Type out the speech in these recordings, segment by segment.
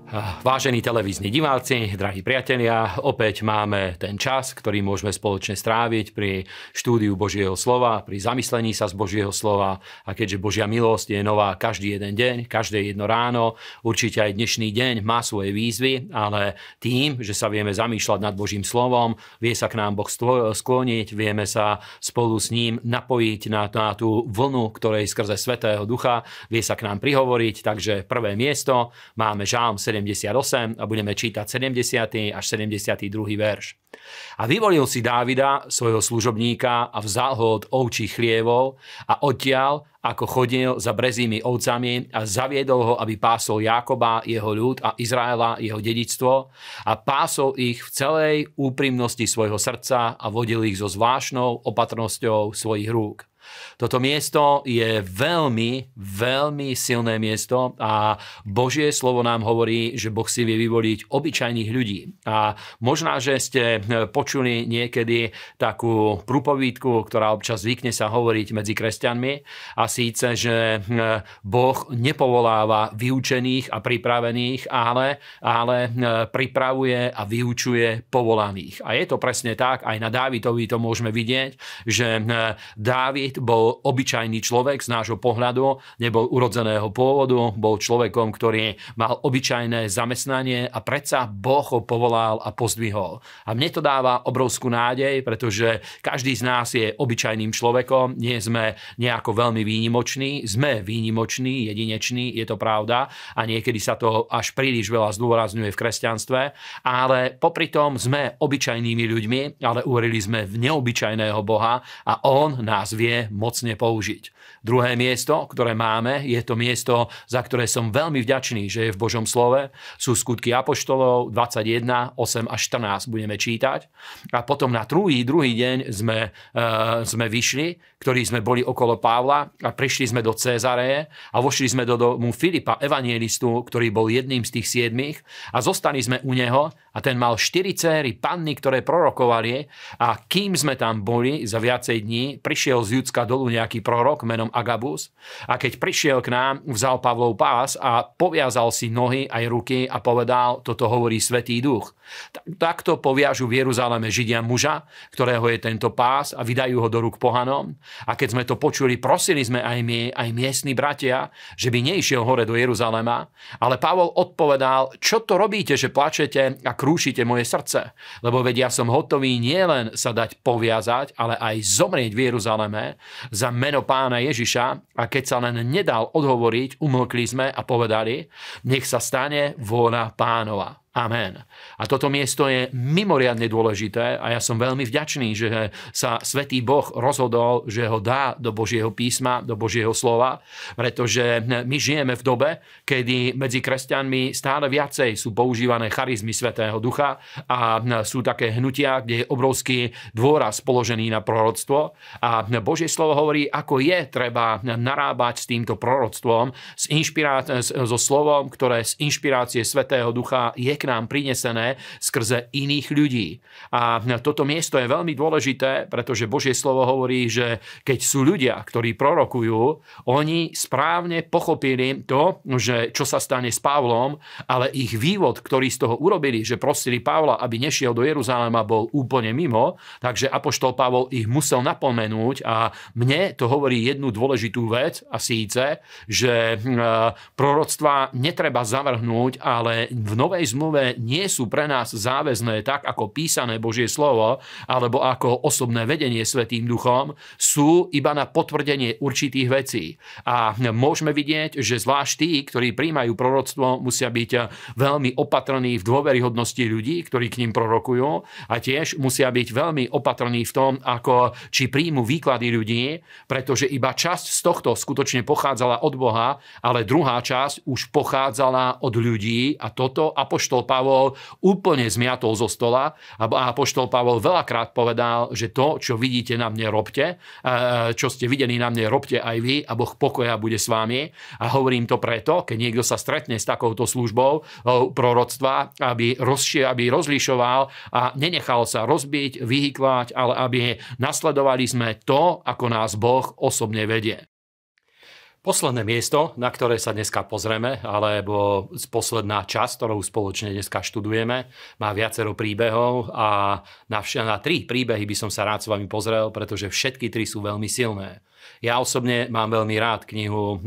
Vážení televízni diváci, drahí priatelia, opäť máme ten čas, ktorý môžeme spoločne stráviť pri štúdiu Božieho slova, pri zamyslení sa z Božieho slova. A keďže Božia milosť je nová každý jeden deň, každé jedno ráno, určite aj dnešný deň má svoje výzvy, ale tým, že sa vieme zamýšľať nad Božím slovom, vie sa k nám Boh skloniť, vieme sa spolu s ním napojiť na tú vlnu, ktorej skrze Svätého Ducha vie sa k nám prihovoriť. Takže prvé miesto máme Žálm 78 a budeme čítať 70. až 72. verš. A vyvolil si Dávida, svojho služobníka, a vzal ho od ovčích chlievov a odtiaľ, ako chodil za brezými ovcami, a zaviedol ho, aby pásol Jákoba, jeho ľud, a Izraela, jeho dedičstvo, a pásol ich v celej úprimnosti svojho srdca a vodil ich so zvláštnou opatrnosťou svojich rúk. Toto miesto je veľmi, veľmi silné miesto a Božie slovo nám hovorí, že Boh si vie vyvoliť obyčajných ľudí. A možná, že ste počuli niekedy takú prúpovídku, ktorá občas zvykne sa hovoriť medzi kresťanmi, a síce, že Boh nepovoláva vyučených a pripravených, ale pripravuje a vyučuje povolaných. A je to presne tak, aj na Dávidovi to môžeme vidieť, že Dávid bol obyčajný človek z nášho pohľadu, nebol urodzeného pôvodu, bol človekom, ktorý mal obyčajné zamestnanie a predsa Boh ho povolal a pozdvihol. A mne to dáva obrovskú nádej, pretože každý z nás je obyčajným človekom, nie sme nejako veľmi výnimoční, sme výnimoční, jedineční, je to pravda a niekedy sa to až príliš veľa zdôrazňuje v kresťanstve, ale popri tom sme obyčajnými ľuďmi, ale uverili sme v neobyčajného Boha a on nás vie mocne použiť. Druhé miesto, ktoré máme, je to miesto, za ktoré som veľmi vďačný, že je v Božom slove. Sú Skutky apoštolov 21, 8 až 14 budeme čítať. A potom na druhý deň sme vyšli, ktorí sme boli okolo Pavla, a prišli sme do Cézareje a vošli sme do domu Filipa, evangelistu, ktorý bol jedným z tých 7, a zostali sme u neho, a ten mal 4 céry, panny, ktoré prorokovali, a kým sme tam boli za viacej dní, prišiel z Judska dolu nejaký prorok menom Agabus, a keď prišiel k nám, vzal Pavlov pás a poviazal si nohy aj ruky a povedal: toto hovorí Svätý Duch. Takto poviažu v Jeruzaleme Židia muža, ktorého je tento pás, a vydajú ho do rúk pohanom. A keď sme to počuli, prosili sme aj my, aj miestni bratia, že by neišiel hore do Jeruzalema, ale Pavol odpovedal: čo to robíte, že plačete a krúšite moje srdce? Lebo veď ja som hotový nielen sa dať poviazať, ale aj zomrieť v Jeruzaleme za meno Pána Ježiša. A keď sa len nedal odhovoriť, umlkli sme a povedali: nech sa stane vôľa Pánova. Amen. A toto miesto je mimoriadne dôležité a ja som veľmi vďačný, že sa Svätý Boh rozhodol, že ho dá do Božieho písma, do Božieho slova, pretože my žijeme v dobe, kedy medzi kresťanmi stále viacej sú používané charizmy Svätého Ducha a sú také hnutia, kde je obrovský dôraz položený na proroctvo. A Božie slovo hovorí, ako je treba narábať s týmto proroctvom, so slovom, ktoré z inšpirácie Svätého Ducha je k nám prinesené skrze iných ľudí. A toto miesto je veľmi dôležité, pretože Božie slovo hovorí, že keď sú ľudia, ktorí prorokujú, oni správne pochopili to, že čo sa stane s Pavlom, ale ich vývod, ktorý z toho urobili, že prosili Pavla, aby nešiel do Jeruzalema, bol úplne mimo, takže apoštol Pavol ich musel napomenúť a mne to hovorí jednu dôležitú vec, a síce, že proroctvá netreba zavrhnúť, ale v Novej zmluve nie sú pre nás záväzné tak ako písané Božie slovo alebo ako osobné vedenie Svätým Duchom, sú iba na potvrdenie určitých vecí. A môžeme vidieť, že zvlášť tí, ktorí prijímajú proroctvo, musia byť veľmi opatrní v dôveryhodnosti ľudí, ktorí k ním prorokujú, a tiež musia byť veľmi opatrní v tom, ako či príjmu výklady ľudí, pretože iba časť z tohto skutočne pochádzala od Boha, ale druhá časť už pochádzala od ľudí, a toto apoštol Pavol úplne zmiatol zo stola a apoštol Pavol veľakrát povedal, že to, čo vidíte na mne, robte, čo ste videli na mne, robte aj vy a Boh pokoja bude s vami. A hovorím to preto, keď niekto sa stretne s takouto službou proroctva, aby rozlišoval a nenechal sa rozbiť, vyhyklať, ale aby nasledovali sme to, ako nás Boh osobne vedie. Posledné miesto, na ktoré sa dneska pozrieme, alebo posledná časť, ktorú spoločne dneska študujeme, má viacero príbehov a na 3 príbehy by som sa rád s vami pozrel, pretože všetky 3 sú veľmi silné. Ja osobne mám veľmi rád knihu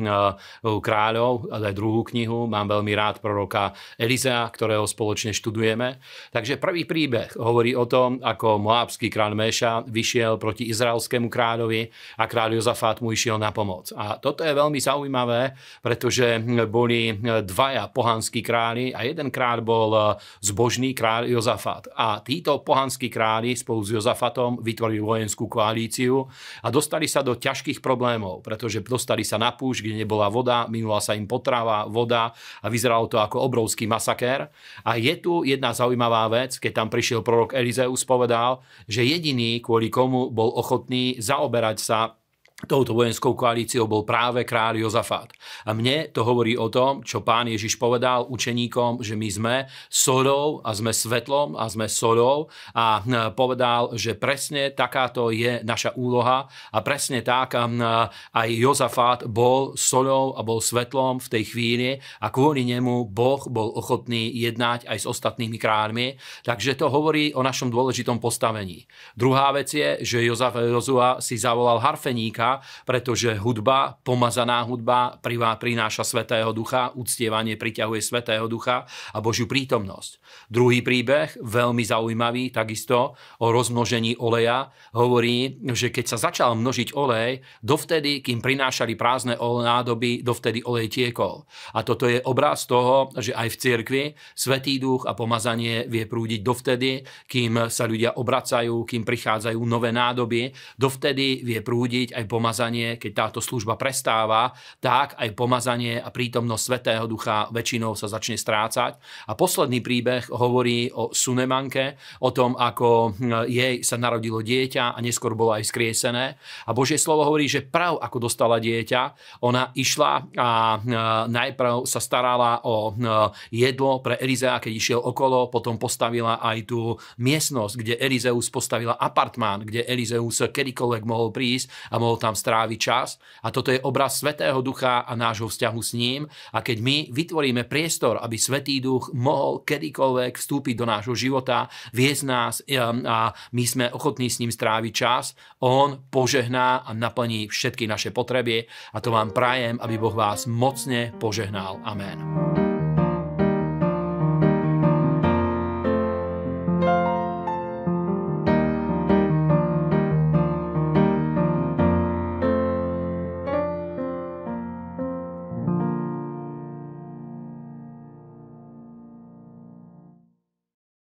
Kráľov, ale druhú knihu, mám veľmi rád proroka Elizea, ktorého spoločne študujeme. Takže prvý príbeh hovorí o tom, ako moábsky kráľ Méša vyšiel proti izraelskému kráľovi a kráľ Jozafát mu išiel na pomoc. A toto je veľmi zaujímavé, pretože boli 2 pohanskí králi a jeden kráľ bol zbožný kráľ Jozafát. A títo pohanskí králi spolu s Jozafatom vytvorili vojenskú koalíciu a dostali sa do ťažkých problémov, pretože dostali sa na púšť, kde nebola voda, minula sa im potrava, voda a vyzeralo to ako obrovský masakér. A je tu jedna zaujímavá vec, keď tam prišiel prorok Elizeus, povedal, že jediný, kvôli komu bol ochotný zaoberať sa touto vojenskou koalíciou, bol práve kráľ Jozafát. A mne to hovorí o tom, čo pán Ježiš povedal učeníkom, že my sme soľou a sme svetlom a sme soľou, a povedal, že presne takáto je naša úloha a presne tak aj Jozafát bol soľou a bol svetlom v tej chvíli a kvôli nemu Boh bol ochotný jednať aj s ostatnými kráľmi. Takže to hovorí o našom dôležitom postavení. Druhá vec je, že Jozua si zavolal harfeníka, pretože hudba, pomazaná hudba prináša Svätého Ducha, uctievanie priťahuje Svätého Ducha a Božiu prítomnosť. Druhý príbeh, veľmi zaujímavý, takisto o rozmnožení oleja, hovorí, že keď sa začal množiť olej, dovtedy, kým prinášali prázdne nádoby, dovtedy olej tiekol. A toto je obraz toho, že aj v cirkvi Svätý Duch a pomazanie vie prúdiť dovtedy, kým sa ľudia obracajú, kým prichádzajú nové nádoby, dovtedy vie prúdiť aj pomazanie, keď táto služba prestáva, tak aj pomazanie a prítomnosť Svätého Ducha väčšinou sa začne strácať. A posledný príbeh hovorí o Sunemanke, o tom, ako jej sa narodilo dieťa a neskôr bolo aj skriesené. A Božie slovo hovorí, že prav ako dostala dieťa, ona išla a najprv sa starala o jedlo pre Elizea, keď išiel okolo, potom postavila aj tú miestnosť, kde Elizeus postavila apartmán, kde Elizeus kedykoľvek mohol prísť a mohol tam stráviť čas. A toto je obraz Svätého Ducha a nášho vzťahu s ním. A keď my vytvoríme priestor, aby Svätý Duch mohol kedykoľvek vstúpiť do nášho života, viesť nás a my sme ochotní s ním stráviť čas, on požehná a naplní všetky naše potreby. A to vám prajem, aby Boh vás mocne požehnal. Amen.